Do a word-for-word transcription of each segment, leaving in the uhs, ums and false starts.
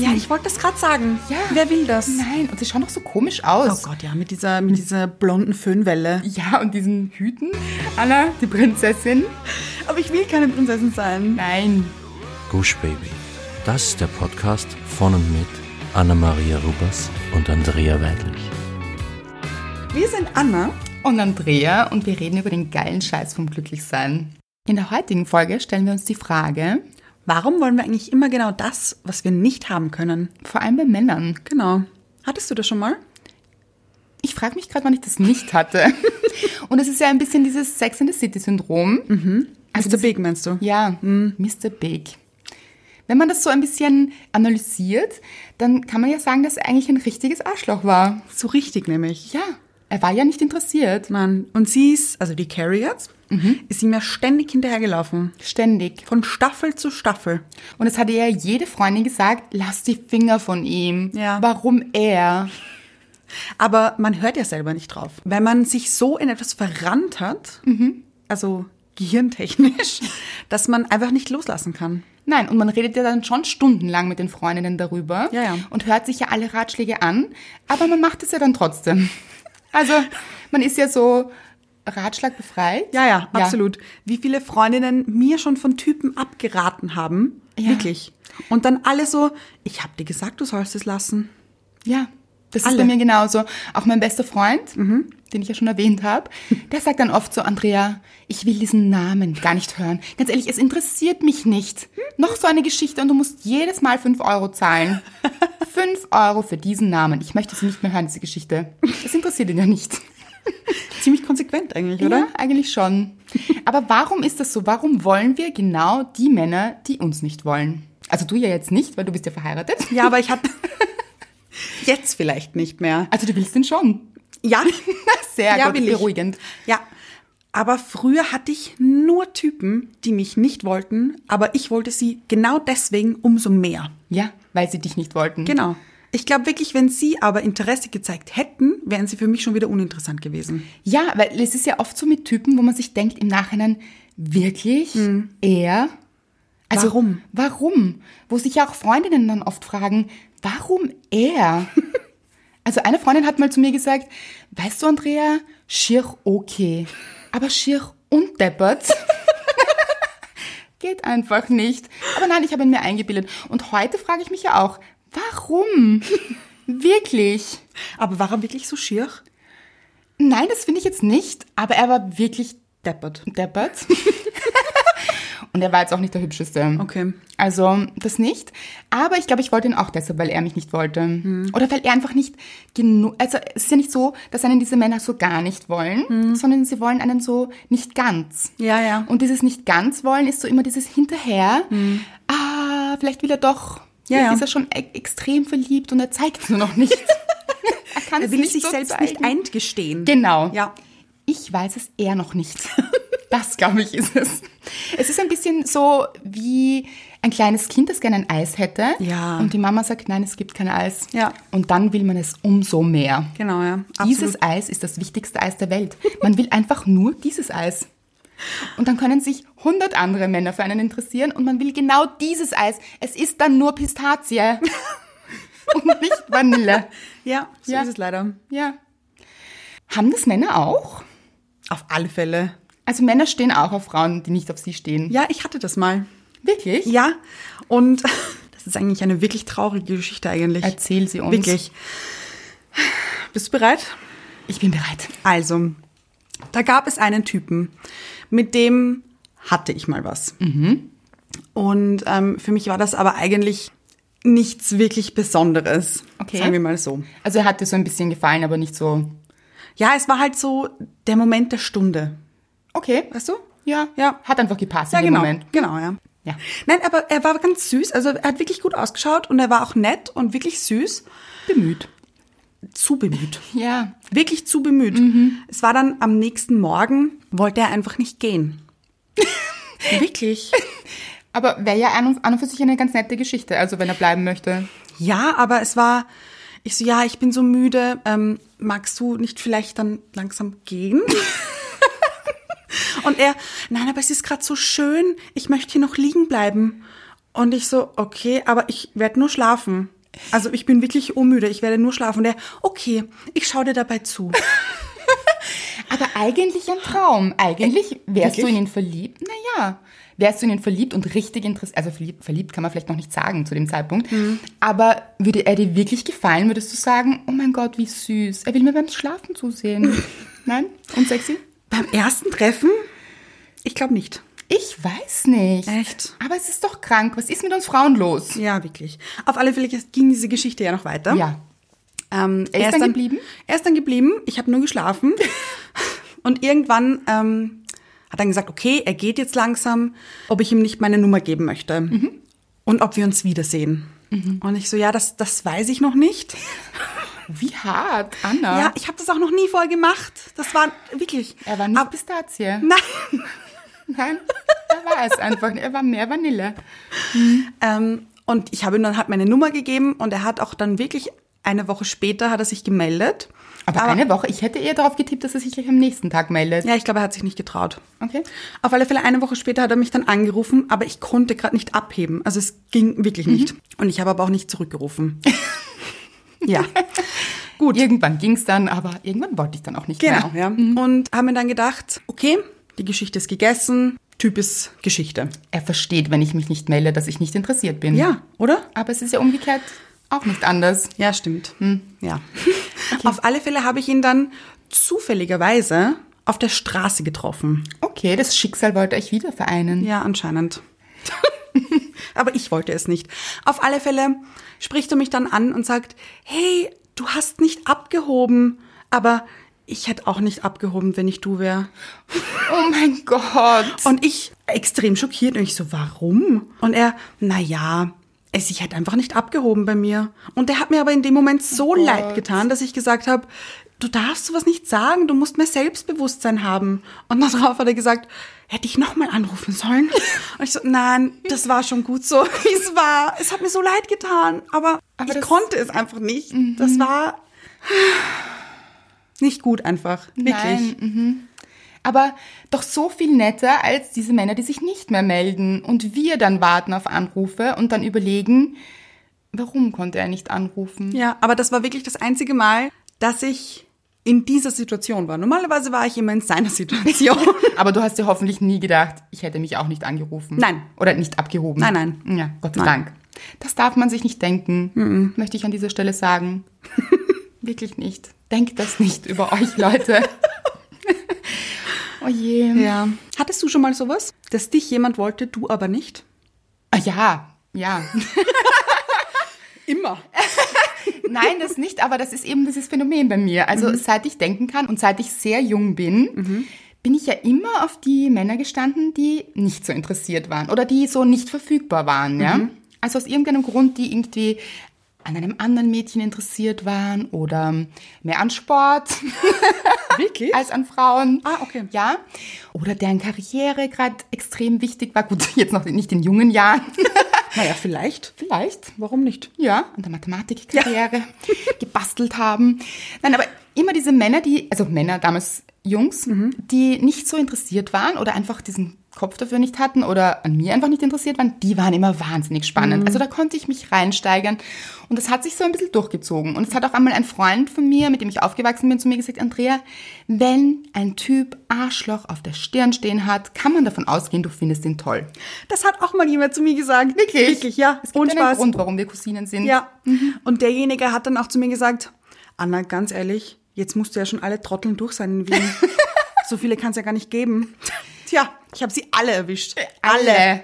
Ja, ich wollte das gerade sagen. Ja. Wer will das? Nein, und sie schauen doch so komisch aus. Oh Gott, ja, mit dieser, mit dieser blonden Föhnwelle. Ja, und diesen Hüten. Anna, die Prinzessin. Aber ich will keine Prinzessin sein. Nein. Gush Baby. Das ist der Podcast von und mit Anna-Maria Rubers und Andrea Weidlich. Wir sind Anna und Andrea und wir reden über den geilen Scheiß vom Glücklichsein. In der heutigen Folge stellen wir uns die Frage, warum wollen wir eigentlich immer genau das, was wir nicht haben können? Vor allem bei Männern. Genau. Hattest du das schon mal? Ich frage mich gerade, wann ich das nicht hatte. Und es ist ja ein bisschen dieses Sex and the City-Syndrom. Mhm. Also Mister Big meinst du? Ja, mhm. Mister Big. Wenn man das so ein bisschen analysiert, dann kann man ja sagen, dass er eigentlich ein richtiges Arschloch war. So richtig nämlich. Ja, er war ja nicht interessiert. Mann. Und sie ist, also die Carrie jetzt, mhm. ist ihm ja ständig hinterhergelaufen. Ständig. Von Staffel zu Staffel. Und es hatte ja jede Freundin gesagt, lass die Finger von ihm. Ja. Warum er? Aber man hört ja selber nicht drauf. Wenn man sich so in etwas verrannt hat, mhm. also gehirntechnisch, dass man einfach nicht loslassen kann. Nein, und man redet ja dann schon stundenlang mit den Freundinnen darüber ja, ja. und hört sich ja alle Ratschläge an, aber man macht es ja dann trotzdem. Also man ist ja so ratschlagbefreit. Ja, ja, absolut. Ja. Wie viele Freundinnen mir schon von Typen abgeraten haben, ja. wirklich. Und dann alle so, ich hab dir gesagt, du sollst es lassen. Ja, das alle. ist bei mir genauso. Auch mein bester Freund, mhm. den ich ja schon erwähnt habe, der sagt dann oft so, Andrea, ich will diesen Namen gar nicht hören. Ganz ehrlich, es interessiert mich nicht. Noch so eine Geschichte und du musst jedes Mal fünf Euro zahlen. Fünf Euro für diesen Namen. Ich möchte sie nicht mehr hören, diese Geschichte. Das interessiert ihn ja nicht. Ziemlich konsequent eigentlich, oder? Ja, eigentlich schon. Aber warum ist das so? Warum wollen wir genau die Männer, die uns nicht wollen? Also du ja jetzt nicht, weil du bist ja verheiratet. Ja, aber ich hatte jetzt vielleicht nicht mehr. Also du willst ihn schon? Ja. Sehr ja, gut, beruhigend. Ja, aber früher hatte ich nur Typen, die mich nicht wollten, aber ich wollte sie genau deswegen umso mehr. Ja, weil sie dich nicht wollten. Genau. Ich glaube wirklich, wenn sie aber Interesse gezeigt hätten, wären sie für mich schon wieder uninteressant gewesen. Ja, weil es ist ja oft so mit Typen, wo man sich denkt im Nachhinein, wirklich? Hm. Er? Also, warum? Warum? Wo sich ja auch Freundinnen dann oft fragen, warum er? Also eine Freundin hat mal zu mir gesagt, weißt du, Andrea, schier okay, aber schier und deppert geht einfach nicht. Aber nein, ich habe ihn mir eingebildet. Und heute frage ich mich ja auch, warum? Wirklich? Aber war er wirklich so schier? Nein, das finde ich jetzt nicht. Aber er war wirklich deppert. Deppert. Und er war jetzt auch nicht der Hübscheste. Okay. Also das nicht. Aber ich glaube, ich wollte ihn auch deshalb, weil er mich nicht wollte. Hm. Oder weil er einfach nicht genug... Also es ist ja nicht so, dass einen diese Männer so gar nicht wollen, hm. sondern sie wollen einen so nicht ganz. Ja, ja. Und dieses nicht ganz wollen ist so immer dieses Hinterher. Hm. Ah, vielleicht will er doch... Ja, ja. Ist er schon e- extrem verliebt und er zeigt es nur noch nicht. er kann er will es sich so selbst zeigen. Nicht eingestehen. Genau. Ja. Ich weiß es eher noch nicht. Das, glaube ich, ist es. Es ist ein bisschen so wie ein kleines Kind, das gerne ein Eis hätte. Ja. Und die Mama sagt, nein, es gibt kein Eis. Ja. Und dann will man es umso mehr. Genau, ja. Absolut. Dieses Eis ist das wichtigste Eis der Welt. Man will einfach nur dieses Eis. Und dann können sich hundert andere Männer für einen interessieren und man will genau dieses Eis. Es ist dann nur Pistazie und nicht Vanille. Ja, so ja. ist es leider. Ja. Haben das Männer auch? Auf alle Fälle. Also Männer stehen auch auf Frauen, die nicht auf sie stehen. Ja, ich hatte das mal. Wirklich? Ja. Und das ist eigentlich eine wirklich traurige Geschichte eigentlich. Erzähl sie uns. Wirklich. Bist du bereit? Ich bin bereit. Also, da gab es einen Typen, mit dem hatte ich mal was. Mhm. Und ähm, für mich war das aber eigentlich nichts wirklich Besonderes. Okay. Sagen wir mal so. Also er hat dir so ein bisschen gefallen, aber nicht so... Ja, es war halt so der Moment der Stunde. Okay. Weißt du? Ja. Ja. Hat einfach gepasst ja, in dem genau. Moment. Genau, ja. Ja. Nein, aber er war ganz süß. Also er hat wirklich gut ausgeschaut und er war auch nett und wirklich süß. Bemüht. Zu bemüht. Ja. Wirklich zu bemüht. Mhm. Es war dann am nächsten Morgen, wollte er einfach nicht gehen. Wirklich. Aber wäre ja an und, an und für sich eine ganz nette Geschichte, also wenn er bleiben möchte. Ja, aber es war, ich so, ja, ich bin so müde, ähm, magst du nicht vielleicht dann langsam gehen? Und er, nein, aber es ist gerade so schön, ich möchte hier noch liegen bleiben. Und ich so, okay, aber ich werde nur schlafen. Also ich bin wirklich urmüde, ich werde nur schlafen. Und der, okay, ich schaue dir dabei zu. Aber eigentlich ein Traum. Eigentlich wärst Wirklich? du in ihn verliebt. Naja, wärst du in ihn verliebt und richtig interessiert. Also verliebt, verliebt kann man vielleicht noch nicht sagen zu dem Zeitpunkt. Mhm. Aber würde er dir wirklich gefallen, würdest du sagen, oh mein Gott, wie süß. Er will mir beim Schlafen zusehen. Nein? Und sexy? Beim ersten Treffen? Ich glaube nicht. Ich weiß nicht. Echt? Aber es ist doch krank. Was ist mit uns Frauen los? Ja, wirklich. Auf alle Fälle ging diese Geschichte ja noch weiter. Ja. Ähm, Er ist dann geblieben? Er ist dann geblieben. Ich habe nur geschlafen. Und irgendwann ähm, hat er gesagt, okay, er geht jetzt langsam, ob ich ihm nicht meine Nummer geben möchte. Mhm. Und ob wir uns wiedersehen. Mhm. Und ich so, ja, das, das weiß ich noch nicht. Wie hart, Anna. Ja, ich habe das auch noch nie vorher gemacht. Das war wirklich... Er war nicht Aber, Pistazie. Nein. Nein, er war es einfach. Er war mehr Vanille. Mhm. Ähm, und ich habe ihm dann halt meine Nummer gegeben und er hat auch dann wirklich eine Woche später hat er sich gemeldet. Aber, Aber eine Woche? Ich hätte eher darauf getippt, dass er sich gleich am nächsten Tag meldet. Ja, ich glaube, er hat sich nicht getraut. Okay. Auf alle Fälle eine Woche später hat er mich dann angerufen, aber ich konnte gerade nicht abheben. Also es ging wirklich nicht. Mhm. Und ich habe aber auch nicht zurückgerufen. Ja. Gut. Irgendwann ging es dann, aber irgendwann wollte ich dann auch nicht genau, mehr. Genau, ja. Mhm. Und haben mir dann gedacht, okay, die Geschichte ist gegessen, Typ ist Geschichte. Er versteht, wenn ich mich nicht melde, dass ich nicht interessiert bin. Ja, oder? Aber es ist ja umgekehrt auch nicht anders. Ja, stimmt. Hm. Ja. Okay. Auf alle Fälle habe ich ihn dann zufälligerweise auf der Straße getroffen. Okay, das Schicksal wollte euch wieder vereinen. Ja, anscheinend. Aber ich wollte es nicht. Auf alle Fälle spricht er mich dann an und sagt, hey, du hast nicht abgehoben, aber ich hätte auch nicht abgehoben, wenn ich du wäre. Oh mein Gott. Und ich extrem schockiert und ich so, warum? Und er, naja, ich hätte einfach nicht abgehoben bei mir. Und der hat mir aber in dem Moment so oh leid getan, dass ich gesagt habe, du darfst sowas nicht sagen, du musst mehr Selbstbewusstsein haben. Und darauf hat er gesagt, hätte ich nochmal anrufen sollen? Und ich so, nein, das war schon gut so, wie es war. Es hat mir so leid getan, aber, aber ich konnte es einfach nicht. Mhm. Das war nicht gut einfach, wirklich. Nein, mhm. Aber doch so viel netter als diese Männer, die sich nicht mehr melden und wir dann warten auf Anrufe und dann überlegen, warum konnte er nicht anrufen? Ja, aber das war wirklich das einzige Mal, dass ich in dieser Situation war. Normalerweise war ich immer in seiner Situation. Aber du hast dir hoffentlich nie gedacht, ich hätte mich auch nicht angerufen. Nein. Oder nicht abgehoben. Nein, nein. Ja, Gott sei nein. Dank. Das darf man sich nicht denken, mhm. möchte ich an dieser Stelle sagen. Wirklich nicht. Denkt das nicht über euch, Leute. Oh je. Ja. Hattest du schon mal sowas, dass dich jemand wollte, du aber nicht? Ah, ja, ja. Immer. Nein, das nicht, aber das ist eben dieses Phänomen bei mir. Also mhm. seit ich denken kann und seit ich sehr jung bin, mhm. bin ich ja immer auf die Männer gestanden, die nicht so interessiert waren oder die so nicht verfügbar waren. Mhm. Ja? Also aus irgendeinem Grund, die irgendwie an einem anderen Mädchen interessiert waren oder mehr an Sport. Wirklich? Als an Frauen. Ah, okay. Ja. Oder deren Karriere gerade extrem wichtig war. Gut, jetzt noch nicht in jungen Jahren. Naja, vielleicht. Vielleicht. Warum nicht? Ja, an der Mathematikkarriere ja. gebastelt haben. Nein, aber immer diese Männer, die, also Männer, damals Jungs, mhm. die nicht so interessiert waren oder einfach diesen Kopf dafür nicht hatten oder an mir einfach nicht interessiert waren, die waren immer wahnsinnig spannend. Mhm. Also da konnte ich mich reinsteigern und das hat sich so ein bisschen durchgezogen. Und es hat auch einmal ein Freund von mir, mit dem ich aufgewachsen bin, zu mir gesagt, Andrea, wenn ein Typ Arschloch auf der Stirn stehen hat, kann man davon ausgehen, du findest ihn toll. Das hat auch mal jemand zu mir gesagt. Wirklich? Wirklich, ja. Es gibt und einen Spaß. Grund, warum wir Cousinen sind. Ja. Mhm. Und derjenige hat dann auch zu mir gesagt, Anna, ganz ehrlich, jetzt musst du ja schon alle Trotteln durch sein in Wien. So viele kann es ja gar nicht geben. Tja, ich habe sie alle erwischt. Alle.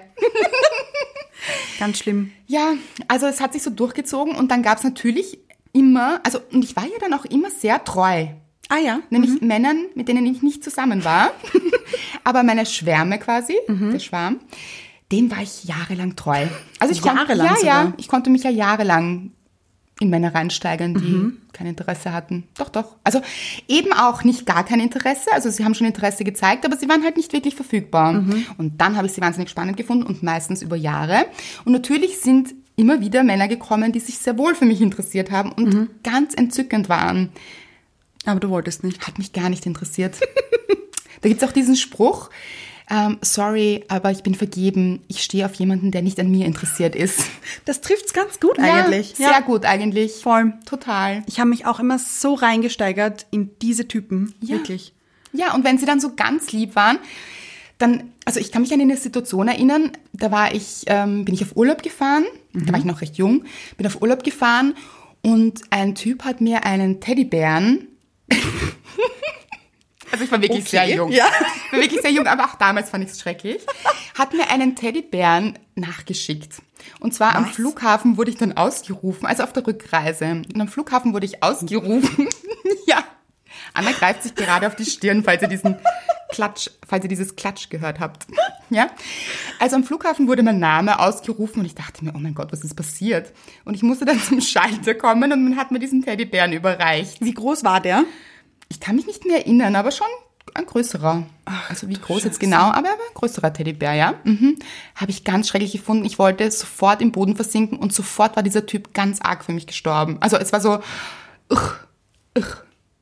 Ganz schlimm. Ja, also es hat sich so durchgezogen und dann gab es natürlich immer, also und ich war ja dann auch immer sehr treu. Ah ja. Nämlich mhm. Männern, mit denen ich nicht zusammen war. Aber meine Schwärme quasi, mhm. der Schwarm, dem war ich jahrelang treu. Also ich jahrelang konnte, ja, sogar. ja, ich konnte mich ja jahrelang in Männer reinsteigern, die mhm. kein Interesse hatten. Doch, doch. Also eben auch nicht gar kein Interesse. Also sie haben schon Interesse gezeigt, aber sie waren halt nicht wirklich verfügbar. Mhm. Und dann habe ich sie wahnsinnig spannend gefunden und meistens über Jahre. Und natürlich sind immer wieder Männer gekommen, die sich sehr wohl für mich interessiert haben und mhm. ganz entzückend waren. Aber du wolltest nicht. Hat mich gar nicht interessiert. Da gibt es auch diesen Spruch, ähm, sorry, aber ich bin vergeben. Ich stehe auf jemanden, der nicht an mir interessiert ist. Das trifft's ganz gut eigentlich. Ja, sehr gut eigentlich. Voll. Total. Ich habe mich auch immer so reingesteigert in diese Typen. Ja. Wirklich. Ja, und wenn sie dann so ganz lieb waren, dann, also ich kann mich an eine Situation erinnern, da war ich, ähm, bin ich auf Urlaub gefahren, mhm. da war ich noch recht jung, bin auf Urlaub gefahren und ein Typ hat mir einen Teddybären, also ich war wirklich Okay, sehr jung, ja. ich war wirklich sehr jung, aber auch damals fand ich es schrecklich, hat mir einen Teddybären nachgeschickt. Und zwar Was? am Flughafen wurde ich dann ausgerufen, also auf der Rückreise. Und am Flughafen wurde ich ausgerufen, ja. Anna greift sich gerade auf die Stirn, falls ihr diesen Klatsch, falls ihr dieses Klatsch gehört habt. Ja? Also am Flughafen wurde mein Name ausgerufen und ich dachte mir, oh mein Gott, was ist passiert? Und ich musste dann zum Schalter kommen und man hat mir diesen Teddybären überreicht. Wie groß war der? Ich kann mich nicht mehr erinnern, aber schon ein größerer. Ach, also wie groß jetzt genau, aber ein größerer Teddybär, ja. Mhm. Habe ich ganz schrecklich gefunden. Ich wollte sofort im Boden versinken und sofort war dieser Typ ganz arg für mich gestorben. Also es war so, uch, uch.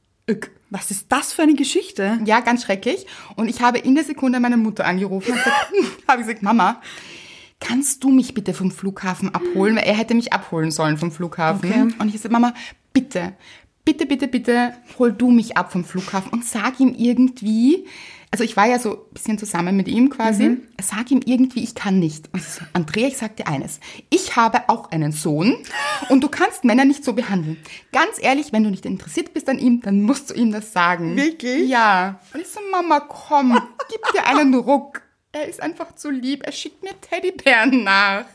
Was ist das für eine Geschichte? Ja, ganz schrecklich. Und ich habe in der Sekunde meine Mutter angerufen und gesagt, habe gesagt, Mama, kannst du mich bitte vom Flughafen abholen? Weil er hätte mich abholen sollen vom Flughafen. Okay. Und ich habe gesagt, Mama, bitte, bitte, bitte, bitte, hol du mich ab vom Flughafen und sag ihm irgendwie, also ich war ja so ein bisschen zusammen mit ihm quasi, mhm. sag ihm irgendwie, ich kann nicht. Und so, Andrea, ich sag dir eines, ich habe auch einen Sohn und du kannst Männer nicht so behandeln. Ganz ehrlich, wenn du nicht interessiert bist an ihm, dann musst du ihm das sagen. Wirklich? Ja. Und ich so, Mama, komm, gib dir einen Ruck. Er ist einfach zu lieb, er schickt mir Teddybären nach.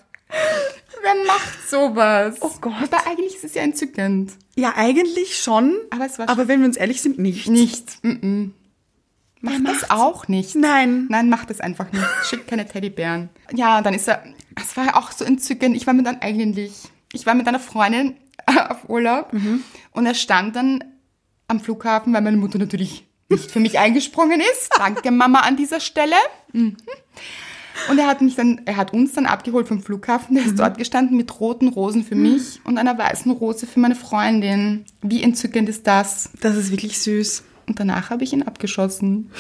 Wer macht sowas? Oh Gott. Aber eigentlich ist es ja entzückend. Ja, eigentlich schon, aber, es war aber wenn wir uns ehrlich sind, nicht. Nicht. Mm-mm. Mach das auch nicht. Nein. Nein, mach das einfach nicht. Schick keine Teddybären. Ja, und dann ist er, es war ja auch so entzückend. Ich war mit dann eigentlich, ich war mit einer Freundin auf Urlaub mhm. und er stand dann am Flughafen, weil meine Mutter natürlich nicht für mich eingesprungen ist. Danke, Mama, an dieser Stelle. Mhm. Und er hat mich dann, er hat uns dann abgeholt vom Flughafen. Der ist mhm. dort gestanden mit roten Rosen für mich und einer weißen Rose für meine Freundin. Wie entzückend ist das? Das ist wirklich süß. Und danach habe ich ihn abgeschossen.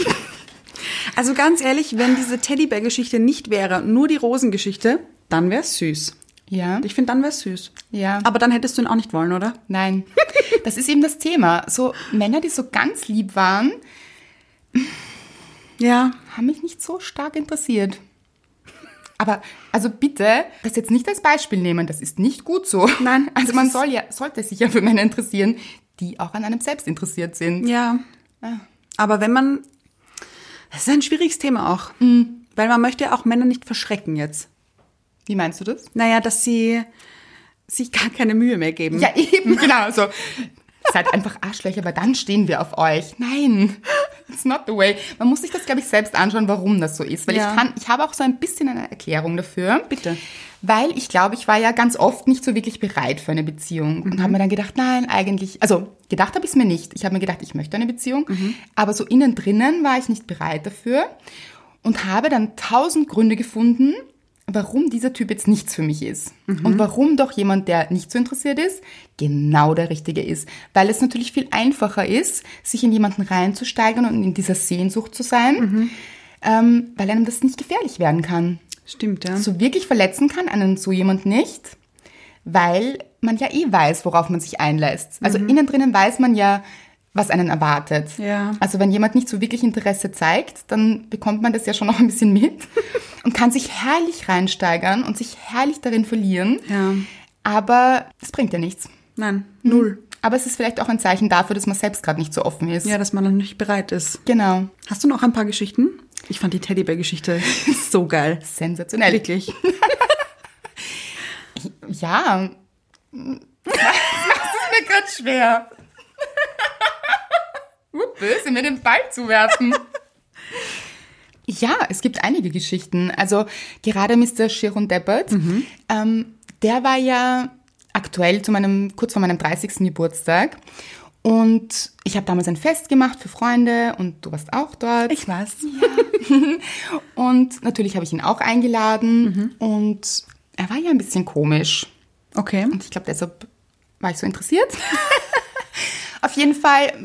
Also ganz ehrlich, wenn diese Teddybär-Geschichte nicht wäre, nur die Rosengeschichte, dann wäre es süß. Ja. Ich finde, dann wäre es süß. Ja. Aber dann hättest du ihn auch nicht wollen, oder? Nein. Das ist eben das Thema. So Männer, die so ganz lieb waren, ja, haben mich nicht so stark interessiert. Aber, also bitte, das jetzt nicht als Beispiel nehmen, das ist nicht gut so. Nein. Also man soll ja, sollte sich ja für Männer interessieren, die auch an einem selbst interessiert sind. Ja. ja. Aber wenn man, das ist ein schwieriges Thema auch, mhm. weil man möchte ja auch Männer nicht verschrecken jetzt. Wie meinst du das? Naja, dass sie sich gar keine Mühe mehr geben. Ja, eben, genau, so. Seid einfach Arschlöcher, weil dann stehen wir auf euch. Nein, it's not the way. Man muss sich das, glaube ich, selbst anschauen, warum das so ist. Weil ja. ich kann, ich habe auch so ein bisschen eine Erklärung dafür. Bitte. Weil ich glaube, ich war ja ganz oft nicht so wirklich bereit für eine Beziehung. Und mhm. habe mir dann gedacht, nein, eigentlich, also gedacht habe ich es mir nicht. Ich habe mir gedacht, ich möchte eine Beziehung. Mhm. Aber so innen drinnen war ich nicht bereit dafür. Und habe dann tausend Gründe gefunden, warum dieser Typ jetzt nichts für mich ist. Mhm. Und warum doch jemand, der nicht so interessiert ist, genau der Richtige ist. Weil es natürlich viel einfacher ist, sich in jemanden reinzusteigern und in dieser Sehnsucht zu sein, mhm. ähm, weil einem das nicht gefährlich werden kann. Stimmt, ja. So wirklich verletzen kann einen so jemand nicht, weil man ja eh weiß, worauf man sich einlässt. Also mhm. innen drinnen weiß man ja, was einen erwartet. Ja. Also wenn jemand nicht so wirklich Interesse zeigt, dann bekommt man das ja schon noch ein bisschen mit und kann sich herrlich reinsteigern und sich herrlich darin verlieren. Ja. Aber es bringt ja nichts. Nein, null. Aber es ist vielleicht auch ein Zeichen dafür, dass man selbst gerade nicht so offen ist. Ja, dass man noch nicht bereit ist. Genau. Hast du noch ein paar Geschichten? Ich fand die Teddybär-Geschichte so geil. Sensationell. Wirklich. Ja. Das ist mir gerade schwer. Böse, mir den Ball zu werfen. Ja, es gibt einige Geschichten. Also gerade Mister Sharon Deppert, mhm. ähm, der war ja aktuell zu meinem, kurz vor meinem dreißigsten Geburtstag. Und ich habe damals ein Fest gemacht für Freunde und du warst auch dort. Ich weiß. Ja. Und natürlich habe ich ihn auch eingeladen mhm. und er war ja ein bisschen komisch. Okay. Und ich glaube, deshalb war ich so interessiert. Auf jeden Fall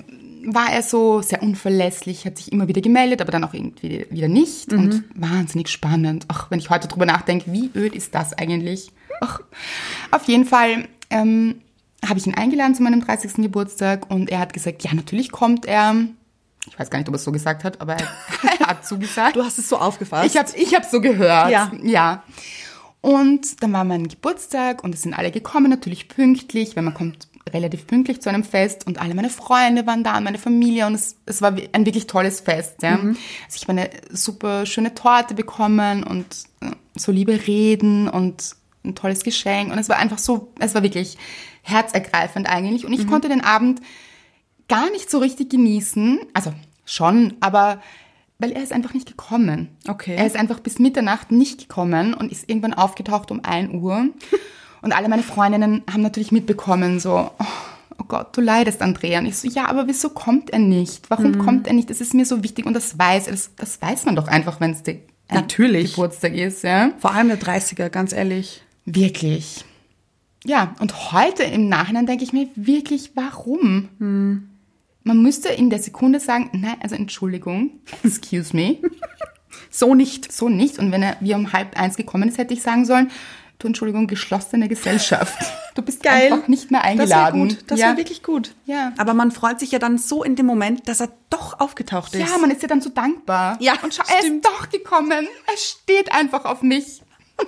war er so sehr unverlässlich, hat sich immer wieder gemeldet, aber dann auch irgendwie wieder nicht. Mhm. Und wahnsinnig spannend. Ach, wenn ich heute drüber nachdenke, wie öd ist das eigentlich? Ach, auf jeden Fall ähm, habe ich ihn eingeladen zu meinem dreißigsten Geburtstag und er hat gesagt, ja, natürlich kommt er. Ich weiß gar nicht, ob er es so gesagt hat, aber er, er hat zugesagt. Du hast es so aufgefasst. Ich habe ich hab so gehört. Ja. ja. Und dann war mein Geburtstag und es sind alle gekommen, natürlich pünktlich, weil man kommt relativ pünktlich zu einem Fest und alle meine Freunde waren da, meine Familie und es, es war ein wirklich tolles Fest. Ja. Mhm. Also ich habe eine super schöne Torte bekommen und so liebe Reden und ein tolles Geschenk und es war einfach so, es war wirklich herzergreifend eigentlich und ich mhm. konnte den Abend gar nicht so richtig genießen, also schon, aber weil er ist einfach nicht gekommen. Okay. Er ist einfach bis Mitternacht nicht gekommen und ist irgendwann aufgetaucht um ein Uhr. Und alle meine Freundinnen haben natürlich mitbekommen, so, oh, oh Gott, du leidest, Andrea. Und ich so, ja, aber wieso kommt er nicht? Warum mhm. kommt er nicht? Das ist mir so wichtig und das weiß das, das weiß man doch einfach, wenn es der natürlich. Geburtstag ist. Ja? Vor allem der dreißiger, ganz ehrlich. Wirklich. Ja, und heute im Nachhinein denke ich mir wirklich, warum? Mhm. Man müsste in der Sekunde sagen, nein, also Entschuldigung, excuse me. So nicht. So nicht. Und wenn er wie um halb eins gekommen ist, hätte ich sagen sollen, du, Entschuldigung, geschlossene Gesellschaft. Du bist geil. Einfach nicht mehr eingeladen. Das wäre gut. Das ja. wäre wirklich gut. Ja. Aber man freut sich ja dann so in dem Moment, dass er doch aufgetaucht ist. Ja, man ist ja dann so dankbar. Ja, und schau, er ist doch gekommen. Er steht einfach auf mich.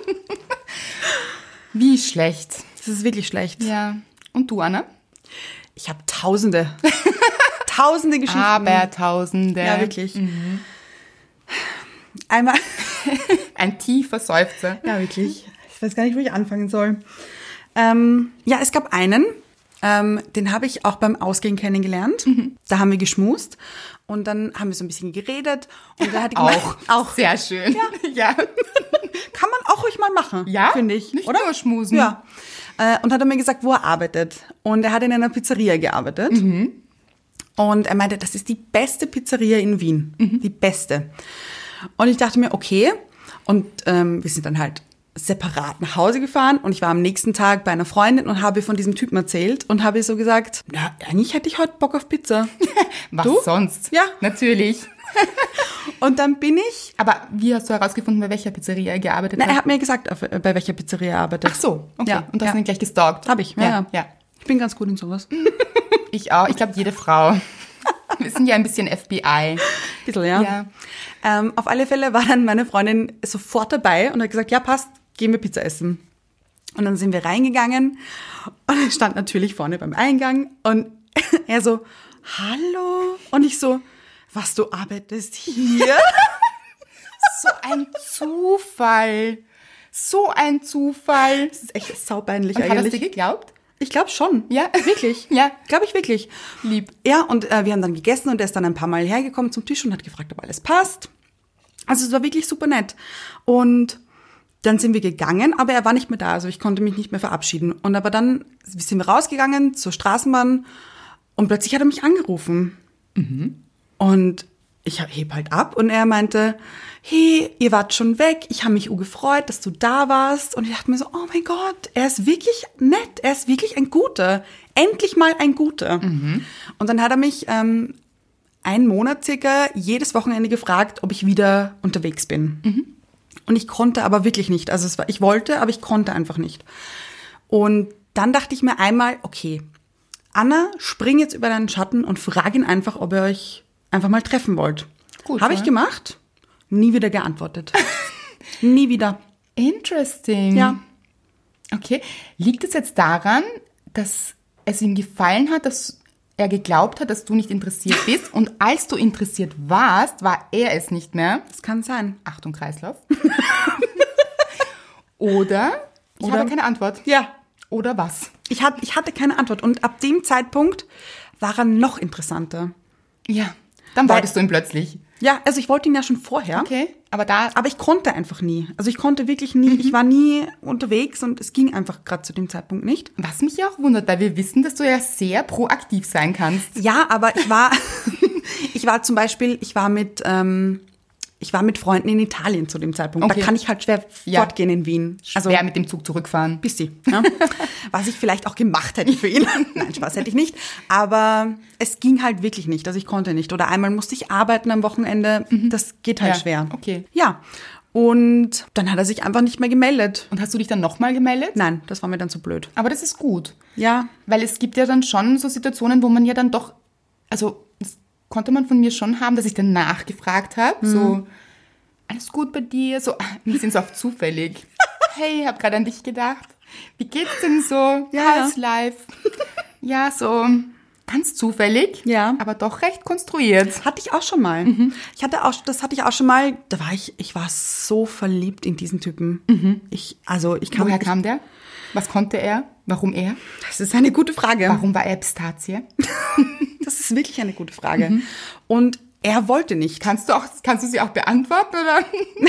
Wie schlecht. Das ist wirklich schlecht. Ja. Und du, Anna? Ich habe Tausende. Tausende Geschichten. Aber Tausende. Ja, wirklich. Mhm. Einmal. Ein tiefer Seufzer. Ja, wirklich. Ich weiß gar nicht, wo ich anfangen soll. Ähm, ja, es gab einen, ähm, den habe ich auch beim Ausgehen kennengelernt. Mhm. Da haben wir geschmust und dann haben wir so ein bisschen geredet. Und da hat die auch, gemeint, auch sehr schön. Ja. ja. Kann man auch ruhig mal machen, ja? finde ich. Nicht oder? Nur schmusen. Ja. Äh, und hat er mir gesagt, wo er arbeitet. Und er hat in einer Pizzeria gearbeitet. Mhm. Und er meinte, das ist die beste Pizzeria in Wien. Mhm. Die beste. Und ich dachte mir, okay. Und ähm, wir sind dann halt separat nach Hause gefahren. Und ich war am nächsten Tag bei einer Freundin und habe von diesem Typen erzählt. Und habe so gesagt, na, eigentlich hätte ich heute Bock auf Pizza. Was du? sonst? Ja. Natürlich. Und dann bin ich... Aber wie hast du herausgefunden, bei welcher Pizzeria er gearbeitet na, hat? Er hat mir gesagt, bei welcher Pizzeria er arbeitet. Ach so, okay. Ja. Und du hast ja. ihn gleich gestalkt? Habe ich, ja, ja. ja. Ich bin ganz gut in sowas. Ich auch. Ich glaube, jede Frau. Wir sind ja ein bisschen F B I. Ein bisschen, ja. ja. Ähm, auf alle Fälle war dann meine Freundin sofort dabei und hat gesagt, ja, passt, gehen wir Pizza essen. Und dann sind wir reingegangen und er stand natürlich vorne beim Eingang und er so, hallo? Und ich so, was, du arbeitest hier? So ein Zufall. So ein Zufall. Das ist echt saupeinlich und eigentlich. Hat er dir geglaubt? Ich glaube schon. Ja? Wirklich. Ja. Glaube ich wirklich. Lieb. Ja, und äh, wir haben dann gegessen und er ist dann ein paar Mal hergekommen zum Tisch und hat gefragt, ob alles passt. Also es war wirklich super nett. Und dann sind wir gegangen, aber er war nicht mehr da. Also ich konnte mich nicht mehr verabschieden. Und aber dann sind wir rausgegangen zur Straßenbahn und plötzlich hat er mich angerufen. Mhm. Und ich heb halt ab und er meinte, hey, ihr wart schon weg, ich habe mich gefreut, dass du da warst. Und ich dachte mir so, oh mein Gott, er ist wirklich nett, er ist wirklich ein Guter. Endlich mal ein Guter. Mhm. Und dann hat er mich ähm, einen Monat circa jedes Wochenende gefragt, ob ich wieder unterwegs bin. Mhm. Und ich konnte aber wirklich nicht. Also es war, ich wollte, aber ich konnte einfach nicht. Und dann dachte ich mir einmal, okay, Anna, spring jetzt über deinen Schatten und frag ihn einfach, ob ihr euch einfach mal treffen wollt. Gut. Habe ich gemacht, nie wieder geantwortet. Nie wieder. Interesting. Ja. Okay. Liegt es jetzt daran, dass es ihm gefallen hat, dass er geglaubt hat, dass du nicht interessiert bist und als du interessiert warst, war er es nicht mehr? Das kann sein. Achtung, Kreislauf. Oder, ich Oder- habe keine Antwort. Ja. Oder was? Ich, hat, ich hatte keine Antwort. Und ab dem Zeitpunkt war er noch interessanter. Ja. Dann Weil- wolltest du ihn plötzlich. Ja, also ich wollte ihn ja schon vorher. Okay. Aber da, Aber ich konnte einfach nie. Also ich konnte wirklich nie, ich war nie unterwegs und es ging einfach gerade zu dem Zeitpunkt nicht. was mich ja auch wundert, weil wir wissen, dass du ja sehr proaktiv sein kannst. Ja, aber ich war, ich war zum Beispiel, ich war mit, ähm, ich war mit Freunden in Italien zu dem Zeitpunkt. Okay. Da kann ich halt schwer Ja. fortgehen in Wien. Also schwer mit dem Zug zurückfahren. Bisschen. Ja. Was ich vielleicht auch gemacht hätte für ihn. Nein, Spaß hätte ich nicht. Aber es ging halt wirklich nicht. Also ich konnte nicht. Oder einmal musste ich arbeiten am Wochenende. Das geht halt Ja, schwer. okay. Ja. Und dann hat er sich einfach nicht mehr gemeldet. Und hast du dich dann nochmal gemeldet? Nein, das war mir dann zu blöd. Aber das ist gut. Ja. Weil es gibt ja dann schon so Situationen, wo man ja dann doch, also das konnte man von mir schon haben, dass ich dann nachgefragt habe, Mhm. so, alles gut bei dir? So, ein bisschen so oft zufällig. Hey, hab gerade an dich gedacht. Wie geht's denn so? Ja. How's life? Ja, so ganz zufällig, Ja. aber doch recht konstruiert. Hatte ich auch schon mal. Mhm. Ich hatte auch, das hatte ich auch schon mal. Da war ich, ich war so verliebt in diesen Typen. Ich, also ich kann. Mhm. Woher ich, kam der? Was konnte er? Warum er? Das ist eine gute Frage. Warum war er Pistazie? Das ist wirklich eine gute Frage. Und er wollte nicht. Kannst du auch, kannst du sie auch beantworten oder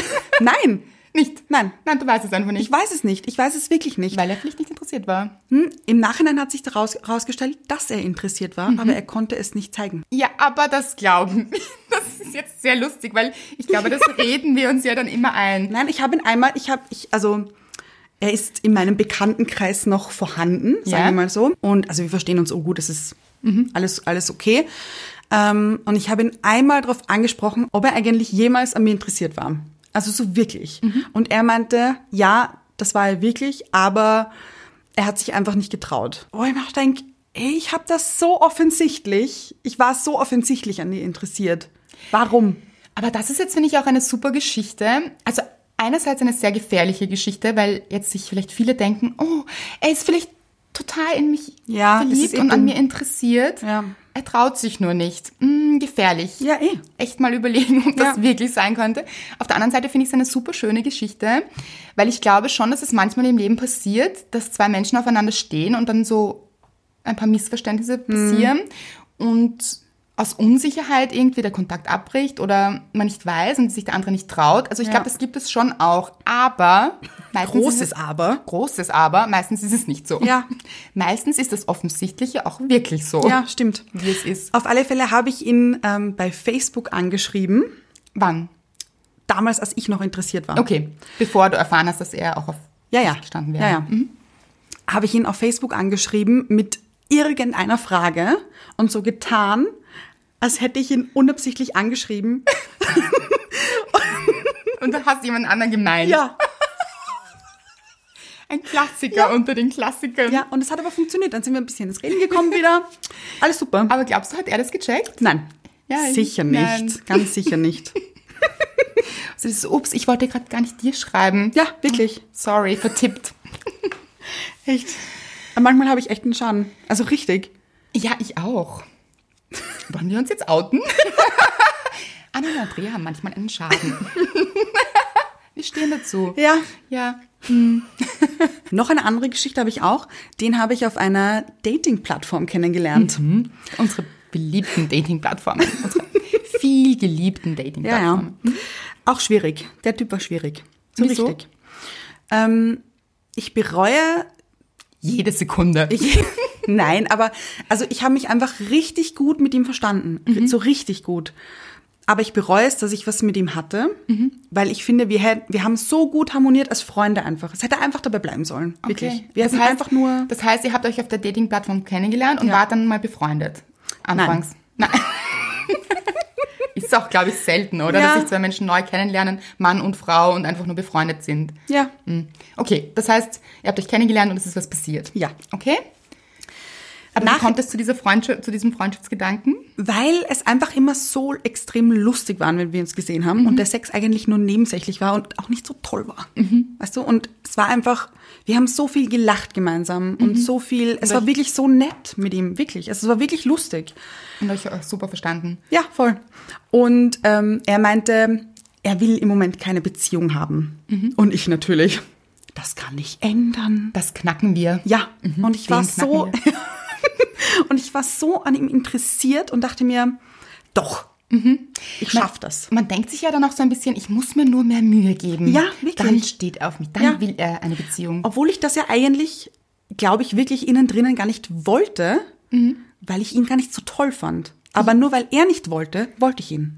Nein, nicht? nein. Nein, du weißt es einfach nicht. Ich weiß es nicht. Ich weiß es wirklich nicht. Weil er vielleicht nicht interessiert war. Hm, Im Nachhinein hat sich daraus herausgestellt, dass er interessiert war, aber er konnte es nicht zeigen. Ja, aber das glauben wir. Das ist jetzt sehr lustig, weil ich glaube, das reden wir uns ja dann immer ein. Nein, ich habe ihn einmal, ich habe, ich, also er ist in meinem Bekanntenkreis noch vorhanden, sagen Ja. wir mal so. Und also wir verstehen uns so gut, es ist alles, alles okay. Ähm, und ich habe ihn einmal darauf angesprochen, ob er eigentlich jemals an mir interessiert war. Also so wirklich. Und er meinte, ja, das war er wirklich, aber er hat sich einfach nicht getraut. Oh, ich mir auch denke, ey, ich habe das so offensichtlich, ich war so offensichtlich an dir interessiert. Warum? Aber das ist jetzt, finde ich, auch eine super Geschichte. Also einerseits eine sehr gefährliche Geschichte, weil jetzt sich vielleicht viele denken, oh, er ist vielleicht total in mich Ja, das ist verliebt eben und an dumm. mir interessiert. Ja. Er traut sich nur nicht. Hm, gefährlich. Ja, eh. Echt mal überlegen, ob das Ja. wirklich sein könnte. Auf der anderen Seite finde ich es eine super schöne Geschichte, weil ich glaube schon, dass es manchmal im Leben passiert, dass zwei Menschen aufeinander stehen und dann so ein paar Missverständnisse passieren und aus Unsicherheit irgendwie der Kontakt abbricht oder man nicht weiß und sich der andere nicht traut. Also ich Ja. glaube, das gibt es schon auch, aber meistens ist Großes es, Aber. großes Aber, meistens ist es nicht so. Ja. Meistens ist das Offensichtliche auch wirklich so, Ja, stimmt. wie es ist. Auf alle Fälle habe ich ihn ähm, bei Facebook angeschrieben, Wann? damals, als ich noch interessiert war. Okay, bevor du erfahren hast, dass er auch auf Ja, ja. dich gestanden wäre. Ja, ja. Habe ich ihn auf Facebook angeschrieben mit irgendeiner Frage und so getan, als hätte ich ihn unabsichtlich angeschrieben. Und du hast jemand anderen gemeint. Ja. Ein Klassiker unter den Klassikern. Ja, und es hat aber funktioniert. Dann sind wir ein bisschen ins Reden gekommen wieder. Alles super. Aber glaubst du, hat er das gecheckt? Nein, Ja, ich- sicher nicht. nein. Ganz sicher nicht. Also das ist, ups, ich wollte gerade gar nicht dir schreiben. Ja, wirklich. Sorry, vertippt. Echt. Aber manchmal habe ich echt einen Schaden. Also richtig. Ja, ich auch. Wollen wir uns jetzt outen? Anna und Andrea haben manchmal einen Schaden. Wir stehen dazu. Ja. Ja. Noch eine andere Geschichte habe ich auch. Den habe ich auf einer Dating-Plattform kennengelernt. Unsere beliebten Dating-Plattformen. Unsere viel geliebten Ja, ja. Dating-Plattformen. Auch schwierig. Der Typ war schwierig. So Wieso? richtig. Ähm, ich bereue, Jede Sekunde. ich, nein, aber also ich habe mich einfach richtig gut mit ihm verstanden. So richtig gut. Aber ich bereue es, dass ich was mit ihm hatte, weil ich finde, wir, hätten, wir haben so gut harmoniert als Freunde einfach. Es hätte einfach dabei bleiben sollen. Wirklich. Okay. Wir das hätten heißt, einfach nur... Das heißt, ihr habt euch auf der Dating-Plattform kennengelernt und Ja. wart dann mal befreundet. Anfangs. Nein. Ist auch, glaube ich, selten, oder? Ja. Dass sich zwei Menschen neu kennenlernen, Mann und Frau, und einfach nur befreundet sind. Ja. Hm. Okay, das heißt, ihr habt euch kennengelernt und es ist was passiert. Ja. Okay? Aber Nach- wie kommt es zu, dieser Freundschaft, zu diesem Freundschaftsgedanken? Weil es einfach immer so extrem lustig war, wenn wir uns gesehen haben und der Sex eigentlich nur nebensächlich war und auch nicht so toll war. Weißt du? Und es war einfach, wir haben so viel gelacht gemeinsam und so viel, es war wirklich so nett mit ihm, wirklich. Also es war wirklich lustig. Und euch euch super verstanden. Ja, voll. Und ähm, er meinte, er will im Moment keine Beziehung haben. Und ich natürlich, das kann ich ändern. Das knacken wir. Ja, und ich war Den knacken so und ich war so an ihm interessiert und dachte mir, doch, ich schaff das. Man denkt sich ja dann auch so ein bisschen, ich muss mir nur mehr Mühe geben. Ja, wirklich. Dann steht er auf mich, dann Ja. will er eine Beziehung. Obwohl ich das ja eigentlich, glaube ich, wirklich innen drinnen gar nicht wollte, weil ich ihn gar nicht so toll fand. Aber nur weil er nicht wollte, wollte ich ihn. Ja,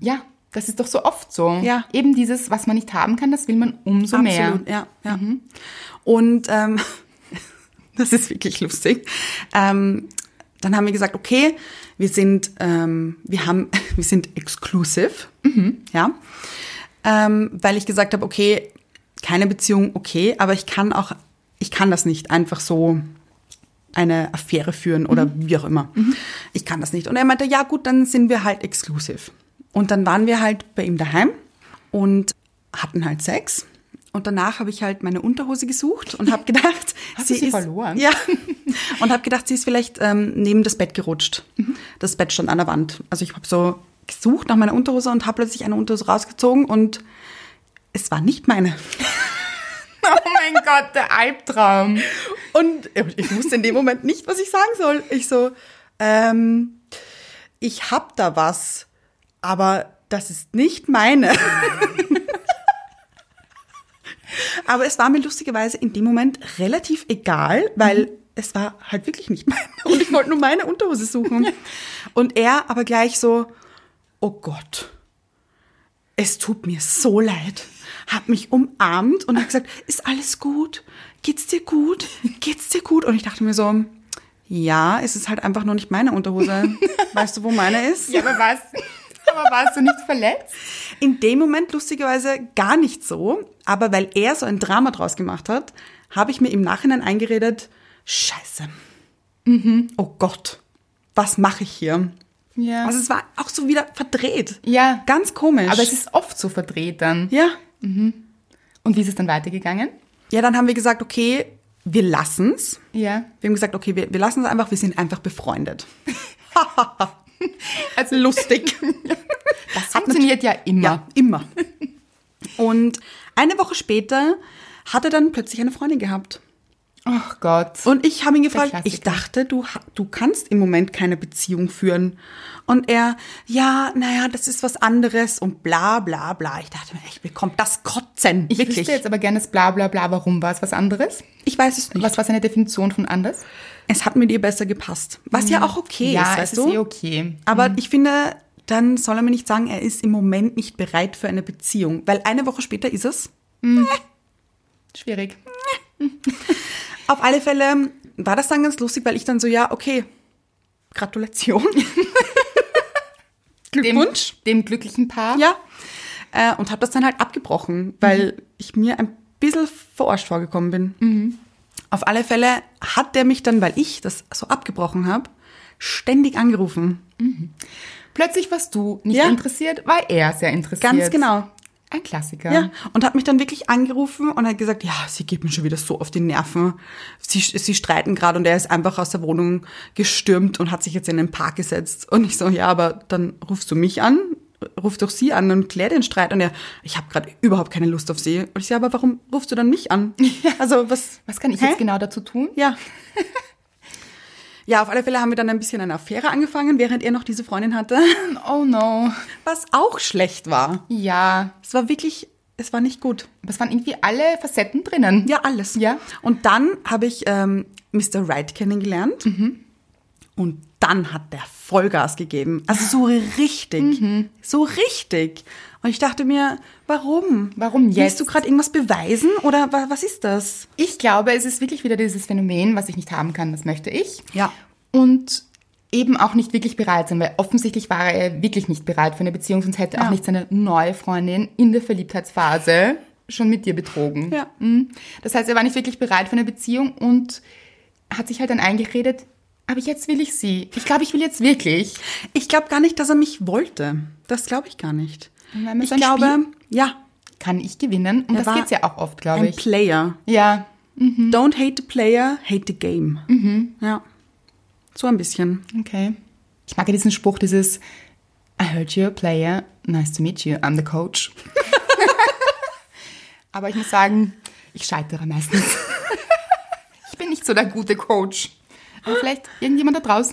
Das ist doch so oft so. Ja. Eben dieses, was man nicht haben kann, das will man umso mehr. Absolut, ja. ja. Mhm. Und ähm, das ist wirklich lustig. Ähm, dann haben wir gesagt, okay, wir sind, ähm, wir haben, wir sind exclusive, mhm. ja, ähm, weil ich gesagt habe, okay, keine Beziehung, okay, aber ich kann auch, ich kann das nicht einfach so eine Affäre führen oder mhm. wie auch immer. Mhm. Ich kann das nicht. Und er meinte, ja gut, dann sind wir halt exclusive. Und dann waren wir halt bei ihm daheim und hatten halt Sex. Und danach habe ich halt meine Unterhose gesucht und habe gedacht, Hast sie, du sie ist verloren? Ja. Und habe gedacht, sie ist vielleicht ähm, neben das Bett gerutscht. Mhm. Das Bett stand an der Wand. Also ich habe so gesucht nach meiner Unterhose und habe plötzlich eine Unterhose rausgezogen und es war nicht meine. Oh mein Gott, der Albtraum. Und ich wusste in dem Moment nicht, was ich sagen soll. Ich so, ähm, ich hab da was, aber das ist nicht meine. Aber es war mir lustigerweise in dem Moment relativ egal, weil mhm. es war halt wirklich nicht meine. Und ich wollte nur meine Unterhose suchen. Und er aber gleich so, oh Gott, es tut mir so leid. Hat mich umarmt und hat gesagt, ist alles gut? Geht's dir gut? Geht's dir gut? Und ich dachte mir so, ja, es ist halt einfach nur nicht meine Unterhose. Weißt du, wo meine ist? Ja, aber was? Aber warst du nicht verletzt? In dem Moment lustigerweise gar nicht so, aber weil er so ein Drama draus gemacht hat, habe ich mir im Nachhinein eingeredet, Scheiße, mhm. oh Gott, was mache ich hier? Ja. Also es war auch so wieder verdreht. Ja. Ganz komisch. Aber es ist oft so verdreht dann. Ja. Mhm. Und wie ist es dann weitergegangen? Ja, dann haben wir gesagt, okay, wir lassen's. Ja. Wir haben gesagt, okay, wir, wir lassen es einfach, wir sind einfach befreundet. Also lustig. Das funktioniert ja immer. Ja, immer. Und eine Woche später hat er dann plötzlich eine Freundin gehabt. Ach Gott. Und ich habe ihn gefragt, ich dachte, du, du kannst im Moment keine Beziehung führen. Und er, ja, naja, das ist was anderes und bla bla bla. Ich dachte mir, ich bekomme das Kotzen. Ich wirklich. wüsste jetzt aber gerne das bla bla bla. Warum war es was anderes? Ich weiß es nicht. Was war seine Definition von anders? Es hat mit ihr besser gepasst. Was ja auch okay ja, ist, weißt weißt du? du? Ja, es ist eh okay. Aber mhm. ich finde, dann soll er mir nicht sagen, er ist im Moment nicht bereit für eine Beziehung. Weil eine Woche später ist es. Mhm. Schwierig. Auf alle Fälle war das dann ganz lustig, weil ich dann so, ja, okay, Gratulation. Glückwunsch. Dem, dem glücklichen Paar. Ja. Äh, und habe das dann halt abgebrochen, weil mhm. ich mir ein bisschen verarscht vorgekommen bin. Mhm. Auf alle Fälle hat der mich dann, weil ich das so abgebrochen habe, ständig angerufen. Mhm. Plötzlich warst du nicht ja. interessiert, war er sehr interessiert. Ganz genau. Ein Klassiker. Ja, und hat mich dann wirklich angerufen und hat gesagt, ja, sie geht mir schon wieder so auf die Nerven. Sie, sie streiten gerade und er ist einfach aus der Wohnung gestürmt und hat sich jetzt in den Park gesetzt. Und ich so, ja, aber dann rufst du mich an, ruf doch sie an und klär den Streit. Und er, ich habe gerade überhaupt keine Lust auf sie. Und ich so, ja, aber warum rufst du dann mich an? Ja. Also was? Was kann ich hä? jetzt genau dazu tun? Ja. Ja, auf alle Fälle haben wir dann ein bisschen eine Affäre angefangen, während er noch diese Freundin hatte. Oh no. Was auch schlecht war. Ja. Es war wirklich, es war nicht gut. Aber es waren irgendwie alle Facetten drinnen. Ja, alles. Ja. Und dann habe ich ähm, Mister Right kennengelernt. Mhm. Und dann hat der Vollgas gegeben. Also so richtig. Mhm. So richtig. Und ich dachte mir, warum? Warum jetzt? Willst du gerade irgendwas beweisen oder was ist das? Ich glaube, es ist wirklich wieder dieses Phänomen, was ich nicht haben kann, das möchte ich. Ja. Und eben auch nicht wirklich bereit sein, weil offensichtlich war er wirklich nicht bereit für eine Beziehung, sonst hätte ja. auch nicht seine neue Freundin in der Verliebtheitsphase schon mit dir betrogen. Ja. Das heißt, er war nicht wirklich bereit für eine Beziehung und hat sich halt dann eingeredet, aber jetzt will ich sie. Ich glaube, ich will jetzt wirklich. Ich glaube gar nicht, dass er mich wollte. Das glaube ich gar nicht. Ich ich glaube, Spiel ja. Kann ich gewinnen? Und er das geht's ja auch oft, glaube ich. Ein Player. Ja. Mhm. Don't hate the player, hate the game. Mhm. Ja. So ein bisschen. Okay. Ich mag ja diesen Spruch, dieses I heard you're a player, nice to meet you, I'm the coach. Aber ich muss sagen, ich scheitere meistens. Ich bin nicht so der gute Coach. Aber vielleicht irgendjemand da draußen?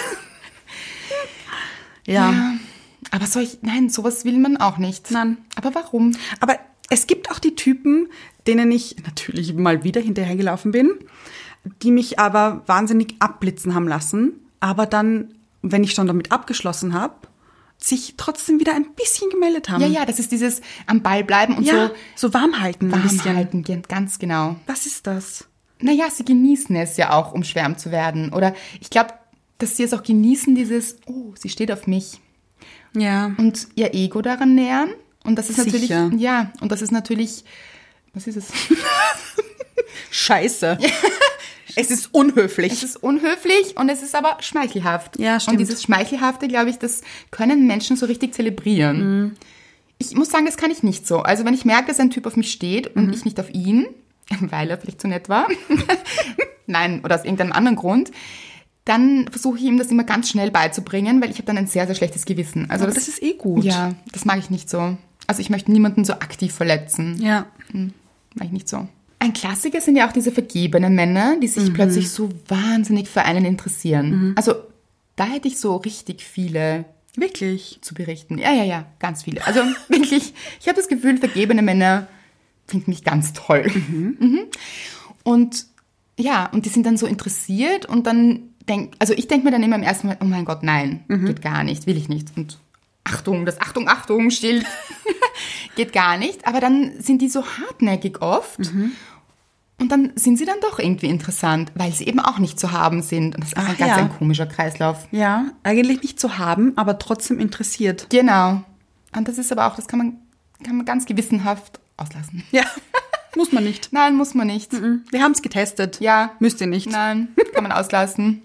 Ja. ja. Aber solch, nein, sowas will man auch nicht. Nein. Aber warum? Aber es gibt auch die Typen, denen ich natürlich mal wieder hinterhergelaufen bin, die mich aber wahnsinnig abblitzen haben lassen. Aber dann, wenn ich schon damit abgeschlossen habe, sich trotzdem wieder ein bisschen gemeldet haben. Ja, ja, das ist dieses am Ball bleiben und ja, so so warm halten ein bisschen. warm halten, ge- ganz genau. Was ist das? Naja, sie genießen es ja auch, um schwärm zu werden. Oder ich glaube, dass sie es auch genießen, dieses, oh, sie steht auf mich. Ja. Und ihr Ego daran nähern. Und das ist natürlich, Sicher. ja, und das ist natürlich, was ist es? Scheiße. Es ist unhöflich. Es ist unhöflich und es ist aber schmeichelhaft. Ja, stimmt. Und dieses Schmeichelhafte, glaube ich, das können Menschen so richtig zelebrieren. Mhm. Ich muss sagen, das kann ich nicht so. Also wenn ich merke, dass ein Typ auf mich steht und Mhm. ich nicht auf ihn, weil er vielleicht zu nett war, nein, oder aus irgendeinem anderen Grund, dann versuche ich ihm das immer ganz schnell beizubringen, weil ich habe dann ein sehr, sehr schlechtes Gewissen. Also Aber das ist eh gut. Ja, das mag ich nicht so. Also ich möchte niemanden so aktiv verletzen. Ja. Mag ich nicht so. Ein Klassiker sind ja auch diese vergebenen Männer, die sich plötzlich so wahnsinnig für einen interessieren. Also da hätte ich so richtig viele Wirklich. zu berichten. Ja, ja, ja, ganz viele. Also wirklich, ich habe das Gefühl, vergebene Männer finden mich ganz toll. Mhm. Und ja, und die sind dann so interessiert und dann denk, also ich denke mir dann immer im ersten Mal, oh mein Gott, nein, geht gar nicht, will ich nicht. Und Achtung, das Achtung, Achtung, Schild geht gar nicht. Aber dann sind die so hartnäckig oft. Und dann sind sie dann doch irgendwie interessant, weil sie eben auch nicht zu haben sind. Und das ist auch Ach ein ganz ja. ein komischer Kreislauf. Ja, eigentlich nicht zu haben, aber trotzdem interessiert. Genau. Und das ist aber auch, das kann man, kann man ganz gewissenhaft auslassen. Ja, muss man nicht. Nein, muss man nicht. Wir haben es getestet. Ja. Müsst ihr nicht. Nein, kann man auslassen.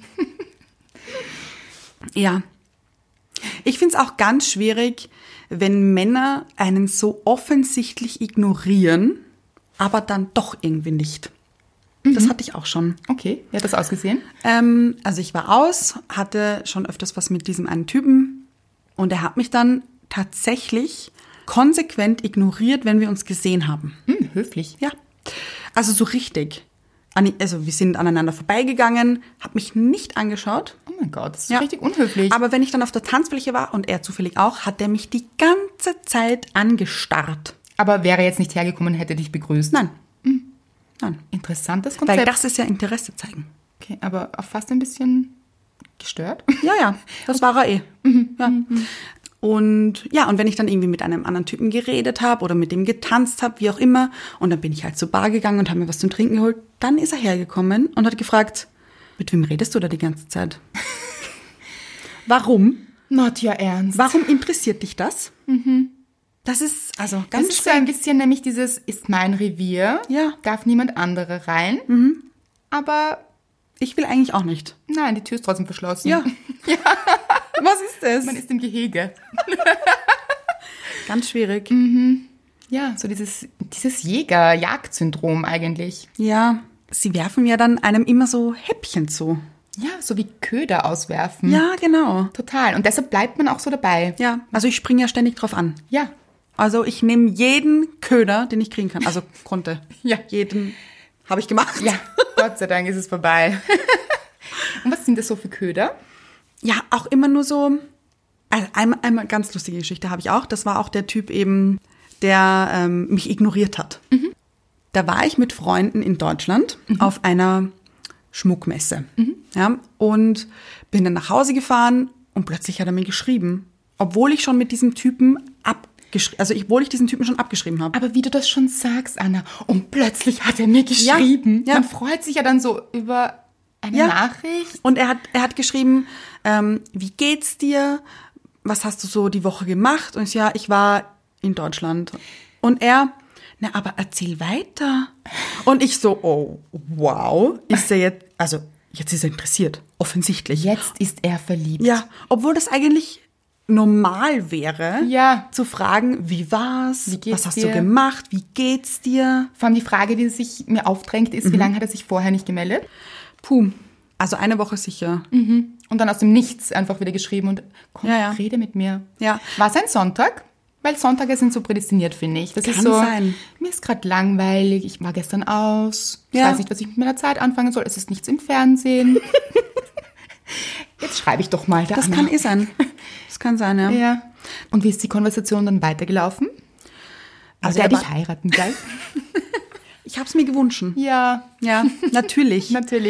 Ja. Ich finde es auch ganz schwierig, wenn Männer einen so offensichtlich ignorieren, aber dann doch irgendwie nicht. Das hatte ich auch schon. Okay, wie hat das ausgesehen? Ähm, also ich war aus, hatte schon öfters was mit diesem einen Typen und er hat mich dann tatsächlich konsequent ignoriert, wenn wir uns gesehen haben. Hm, höflich. Ja, also so richtig. An- Also wir sind aneinander vorbeigegangen, hat mich nicht angeschaut. Oh mein Gott, das ist Ja. richtig unhöflich. Aber wenn ich dann auf der Tanzfläche war und er zufällig auch, hat er mich die ganze Zeit angestarrt. Aber wäre jetzt nicht hergekommen, hätte dich begrüßt. Nein. Nein. Interessantes Weil Konzept. das ist ja Interesse zeigen. Okay, aber auch fast ein bisschen gestört. Ja, ja, das war er eh. Ja. Und ja, und wenn ich dann irgendwie mit einem anderen Typen geredet habe oder mit dem getanzt habe, wie auch immer, und dann bin ich halt zur Bar gegangen und habe mir was zum Trinken geholt, dann ist er hergekommen und hat gefragt, mit wem redest du da die ganze Zeit? Warum? Not your ernst. Warum interessiert dich das? Das ist also Das ganz ist so ein bisschen nämlich dieses, ist mein Revier, Ja. darf niemand andere rein, aber Ich will eigentlich auch nicht. nein, die Tür ist trotzdem verschlossen. Ja. Was ist das? Man ist im Gehege. Ganz schwierig. Ja, so dieses, dieses Jäger-Jagd-Syndrom eigentlich. Ja, sie werfen ja dann einem immer so Häppchen zu. Ja, so wie Köder auswerfen. Ja, genau. Total. Und deshalb bleibt man auch so dabei. Ja, also ich springe ja ständig drauf an. Ja. Also ich nehme jeden Köder, den ich kriegen kann. Also konnte. Ja. Jeden habe ich gemacht. Ja, Gott sei Dank ist es vorbei. Und was sind das so für Köder? Ja, auch immer nur so. Also einmal, einmal ganz lustige Geschichte habe ich auch. Das war auch der Typ eben, der ähm, mich ignoriert hat. Da war ich mit Freunden in Deutschland auf einer Schmuckmesse. Ja, und bin dann nach Hause gefahren und plötzlich hat er mir geschrieben, obwohl ich schon mit diesem Typen abgeschrieben, also obwohl ich diesen Typen schon abgeschrieben habe. Aber wie du das schon sagst, Anna, und plötzlich hat er mir geschrieben. Ja. Man freut sich ja dann so über eine Ja. Nachricht. Und er hat, er hat geschrieben, ähm, wie geht's dir? Was hast du so die Woche gemacht? Und ich, ja, ich war in Deutschland. Und er, na, aber erzähl weiter. Und ich so, oh, wow, ist er jetzt, also jetzt ist er interessiert, offensichtlich. Jetzt ist er verliebt. Ja, obwohl das eigentlich normal wäre, Ja. zu fragen, wie war's? Wie geht's Was hast dir? du gemacht? Wie geht's dir? Vor allem die Frage, die sich mir aufdrängt, ist, wie lange hat er sich vorher nicht gemeldet? Puh, also eine Woche sicher. Und dann aus dem Nichts einfach wieder geschrieben und komm, Ja, ja. rede mit mir. Ja. War es ein Sonntag? Weil Sonntage sind so prädestiniert, finde ich. Das ist Kann so, sein. mir ist gerade langweilig, ich war gestern aus, ich Ja. weiß nicht, was ich mit meiner Zeit anfangen soll, es ist nichts im Fernsehen. Jetzt schreibe ich doch mal da. Das Anna. kann eh sein. Das kann sein, ja. Ja. Und wie ist die Konversation dann weitergelaufen? Also Also er er dich war- heiraten, gell? Ich habe es mir gewünscht. Ja, Ja, natürlich. natürlich.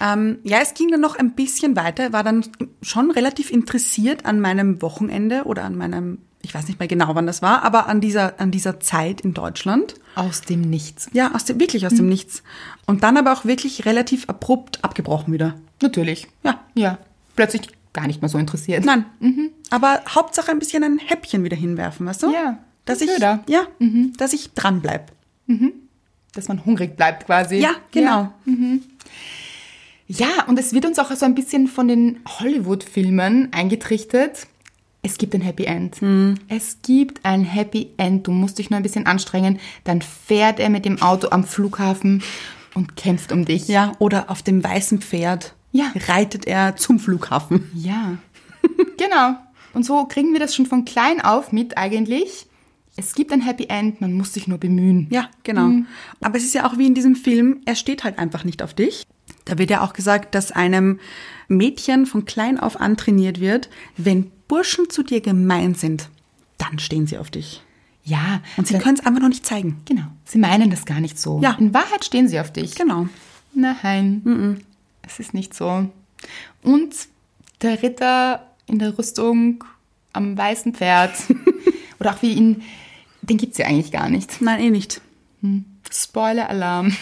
Ähm, ja, es ging dann noch ein bisschen weiter. Er war dann schon relativ interessiert an meinem Wochenende oder an meinem, ich weiß nicht mehr genau, wann das war, aber an dieser, an dieser Zeit in Deutschland. Aus dem Nichts. Ja, aus dem, wirklich aus dem Nichts. Und dann aber auch wirklich relativ abrupt abgebrochen wieder. Natürlich. Ja. Ja. Plötzlich gar nicht mehr so interessiert. Nein. Aber Hauptsache ein bisschen ein Häppchen wieder hinwerfen, weißt du? Ja. Dass ich, Köder. ja, dass ich dran bleib. Dass man hungrig bleibt quasi. Ja, genau. Ja. Ja, und es wird uns auch so ein bisschen von den Hollywood-Filmen eingetrichtert. Es gibt ein Happy End. Mhm. Es gibt ein Happy End. Du musst dich nur ein bisschen anstrengen. Dann fährt er mit dem Auto am Flughafen und kämpft um dich. Ja, oder auf dem weißen Pferd Ja. reitet er zum Flughafen. Ja, genau. Und so kriegen wir das schon von klein auf mit eigentlich. Es gibt ein Happy End, man muss sich nur bemühen. Ja, genau. Aber es ist ja auch wie in diesem Film, er steht halt einfach nicht auf dich. Da wird ja auch gesagt, dass einem Mädchen von klein auf antrainiert wird, wenn Burschen zu dir gemein sind, dann stehen sie auf dich. Ja, Und sie dann- können es einfach noch nicht zeigen. Genau, sie meinen das gar nicht so. Ja. In Wahrheit stehen sie auf dich. Genau. Nein, es ist nicht so. Und der Ritter in der Rüstung am weißen Pferd, oder auch wie ihn, den gibt es ja eigentlich gar nicht. Nein, eh nicht. Spoiler-Alarm.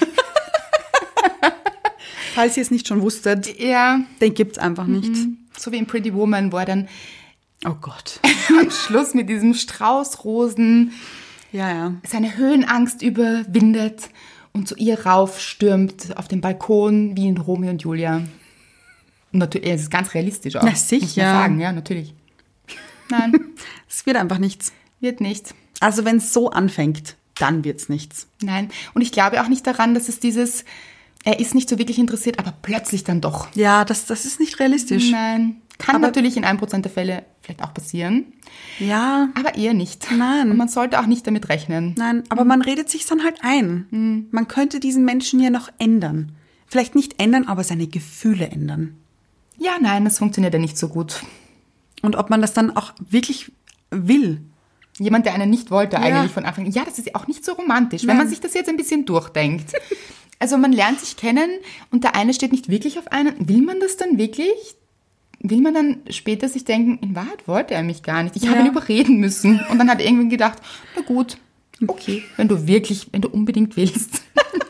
Falls ihr es nicht schon wusstet, Ja, den gibt's einfach nicht. so wie in Pretty Woman, wo er dann Oh Gott. am Schluss mit diesem Strauß Rosen Ja, ja. seine Höhenangst überwindet und zu ihr raufstürmt auf den Balkon wie in Romeo und Julia. Natürlich, es ist ganz realistisch auch. Na, Muss sicher. man sagen, ja, natürlich. Nein, Es wird einfach nichts. wird nicht. Also wenn es so anfängt, dann wird's nichts. Nein. Und ich glaube auch nicht daran, dass es dieses, er ist nicht so wirklich interessiert, aber plötzlich dann doch. Ja, das, das ist nicht realistisch. Nein. Kann Aber- natürlich in einem Prozent der Fälle vielleicht auch passieren, Ja, aber eher nicht. Nein. Und man sollte auch nicht damit rechnen. nein, aber man redet sich dann halt ein. Man könnte diesen Menschen ja noch ändern. Vielleicht nicht ändern, aber seine Gefühle ändern. Ja, nein, das funktioniert ja nicht so gut. Und ob man das dann auch wirklich will. Jemand, der einen nicht wollte, Ja. eigentlich von Anfang an. Ja, das ist ja auch nicht so romantisch, wenn Nein. man sich das jetzt ein bisschen durchdenkt. Also man lernt sich kennen und der eine steht nicht wirklich auf einen. Will man das dann wirklich? Will man dann später sich denken, in Wahrheit wollte er mich gar nicht. Ich habe Ja. ihn überreden müssen. Und dann hat er irgendwann gedacht, na gut, okay, wenn du wirklich, wenn du unbedingt willst.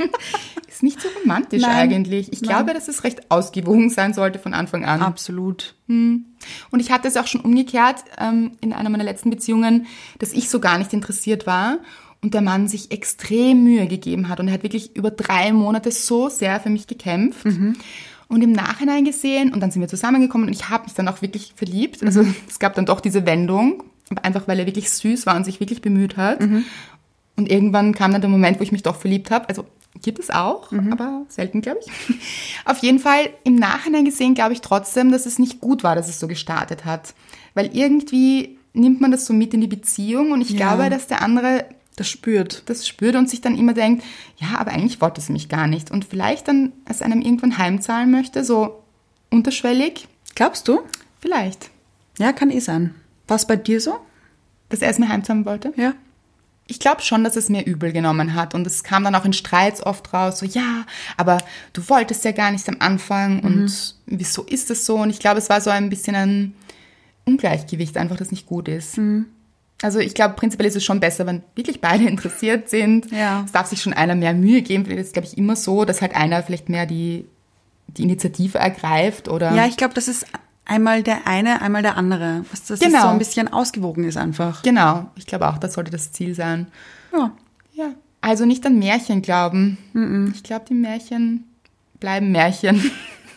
Ist nicht so romantisch Nein. eigentlich. Ich Nein. glaube, dass es recht ausgewogen sein sollte von Anfang an. Absolut. Und ich hatte es auch schon umgekehrt ähm, in einer meiner letzten Beziehungen, dass ich so gar nicht interessiert war und der Mann sich extrem Mühe gegeben hat. Und er hat wirklich über drei Monate so sehr für mich gekämpft. Und im Nachhinein gesehen, und dann sind wir zusammengekommen und ich habe mich dann auch wirklich verliebt. Also es gab dann doch diese Wendung, aber einfach weil er wirklich süß war und sich wirklich bemüht hat. Und irgendwann kam dann der Moment, wo ich mich doch verliebt habe. Also gibt es auch, aber selten, glaube ich. Auf jeden Fall im Nachhinein gesehen, glaube ich trotzdem, dass es nicht gut war, dass es so gestartet hat. Weil irgendwie nimmt man das so mit in die Beziehung und ich Ja. glaube, dass der andere Das spürt. das spürt und sich dann immer denkt, ja, aber eigentlich wollte sie mich gar nicht. Und vielleicht dann es einem irgendwann heimzahlen möchte, so unterschwellig. Glaubst du? Vielleicht, Ja, kann eh sein. War es bei dir so? dass er es mir heimzahlen wollte. Ja. Ich glaube schon, dass es mir übel genommen hat. Und es kam dann auch in Streits oft raus, so, ja, aber du wolltest ja gar nicht am Anfang. Und wieso ist es so? Und ich glaube, es war so ein bisschen ein Ungleichgewicht, einfach, das nicht gut ist. Also ich glaube, prinzipiell ist es schon besser, wenn wirklich beide interessiert sind. Ja. Es darf sich schon einer mehr Mühe geben. Das ist, glaube ich, immer so, dass halt einer vielleicht mehr die, die Initiative ergreift. Oder Ja, ich glaube, das ist einmal der eine, einmal der andere. Dass das Genau. so ein bisschen ausgewogen ist einfach. Genau, ich glaube auch, das sollte das Ziel sein. Ja. Ja. Also nicht an Märchen glauben. Ich glaube, die Märchen bleiben Märchen.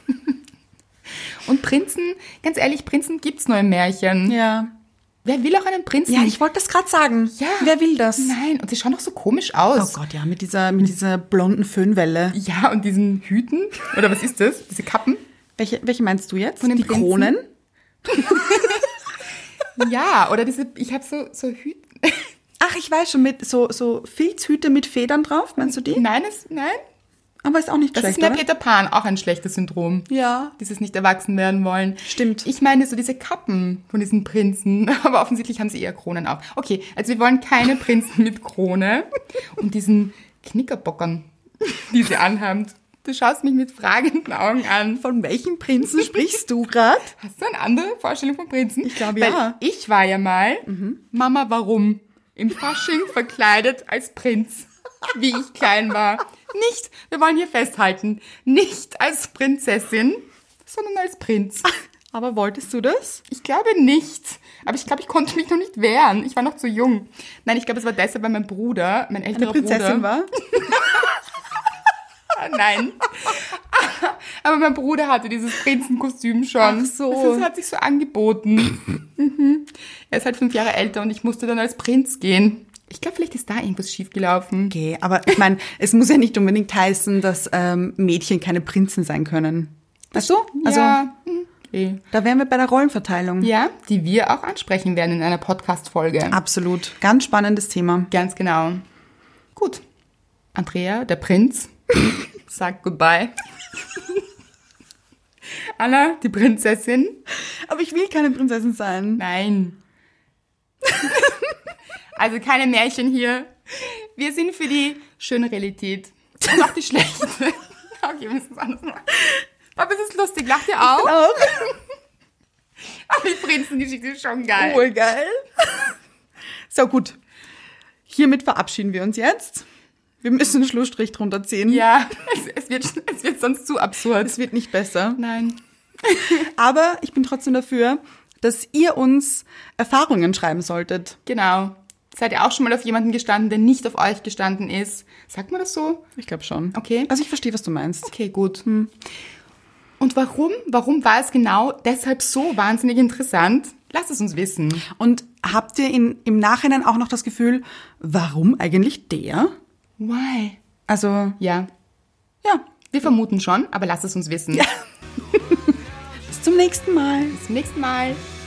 Und Prinzen, ganz ehrlich, Prinzen gibt's nur im Märchen. Ja. Wer will auch einen Prinzen? Ja, ich wollte das gerade sagen. Ja. Wer will das? Nein, und sie schauen doch so komisch Oh aus. Gott, ja, mit dieser, mit dieser blonden Föhnwelle. Ja, und diesen Hüten, oder was ist das? Diese Kappen? Welche, welche meinst du jetzt? Von den Die Prinzen? Kronen? Ja, oder diese, ich habe so, so Hüte. Ach, ich weiß schon, mit so, so Filzhüte mit Federn drauf, meinst du die? Nein, es, nein, Aber ist auch nicht das schlecht, ist mehr oder? Peter Pan, auch ein schlechtes Syndrom. Ja. Dieses nicht erwachsen werden wollen. Stimmt. Ich meine so diese Kappen von diesen Prinzen, aber offensichtlich haben sie eher Kronen auf. Okay, also wir wollen keine Prinzen mit Krone und diesen Knickerbockern, die sie anhaben. Du schaust mich mit fragenden Augen an. Von welchem Prinzen sprichst du gerade? Hast du eine andere Vorstellung von Prinzen? Ich glaube, Weil ja. ich war ja mal, Mama, warum? Im Fasching verkleidet als Prinz, wie ich klein war. Nicht, wir wollen hier festhalten, nicht als Prinzessin, sondern als Prinz. Aber wolltest du das? Ich glaube nicht. Aber ich glaube, ich konnte mich noch nicht wehren. Ich war noch zu jung. Nein, ich glaube, es war deshalb, weil mein Bruder, mein Eine älterer Prinzessin Bruder... war? Nein. Aber mein Bruder hatte dieses Prinzenkostüm schon. Ach so. Das hat sich so angeboten. Mhm. Er ist halt fünf Jahre älter und ich musste dann als Prinz gehen. Ich glaube, vielleicht ist da irgendwas schiefgelaufen. Okay, aber ich meine, es muss ja nicht unbedingt heißen, dass ähm, Mädchen keine Prinzen sein können. Weißt du? Also, ja, okay. da wären wir bei der Rollenverteilung. Ja, die wir auch ansprechen werden in einer Podcast-Folge. Absolut. Ganz spannendes Thema. Ganz genau. Gut. Andrea, der Prinz, sagt goodbye. Anna, die Prinzessin. Aber ich will keine Prinzessin sein. Nein. Also keine Märchen hier. Wir sind für die schöne Realität. Und auch die schlechte. Okay, wir müssen es anders machen. Aber es ist lustig. Lacht ihr auch? Auch. Aber die Prinzengeschichte ist schon geil. Voll geil. So, gut. Hiermit verabschieden wir uns jetzt. Wir müssen einen Schlussstrich drunter ziehen. Ja, es, es, wird, es wird sonst zu absurd. Es wird nicht besser. Nein. Aber ich bin trotzdem dafür, dass ihr uns Erfahrungen schreiben solltet. Genau. Seid ihr auch schon mal auf jemanden gestanden, der nicht auf euch gestanden ist? Sagt man das so? Ich glaube schon. Okay. Also ich verstehe, was du meinst. Okay, gut. Hm. Und warum? Warum war es genau deshalb so wahnsinnig interessant? Lasst es uns wissen. Und habt ihr in, im Nachhinein auch noch das Gefühl, warum eigentlich der? Why? Also, Ja, ja. wir vermuten schon, aber lasst es uns wissen. Bis zum nächsten Mal. Bis zum nächsten Mal.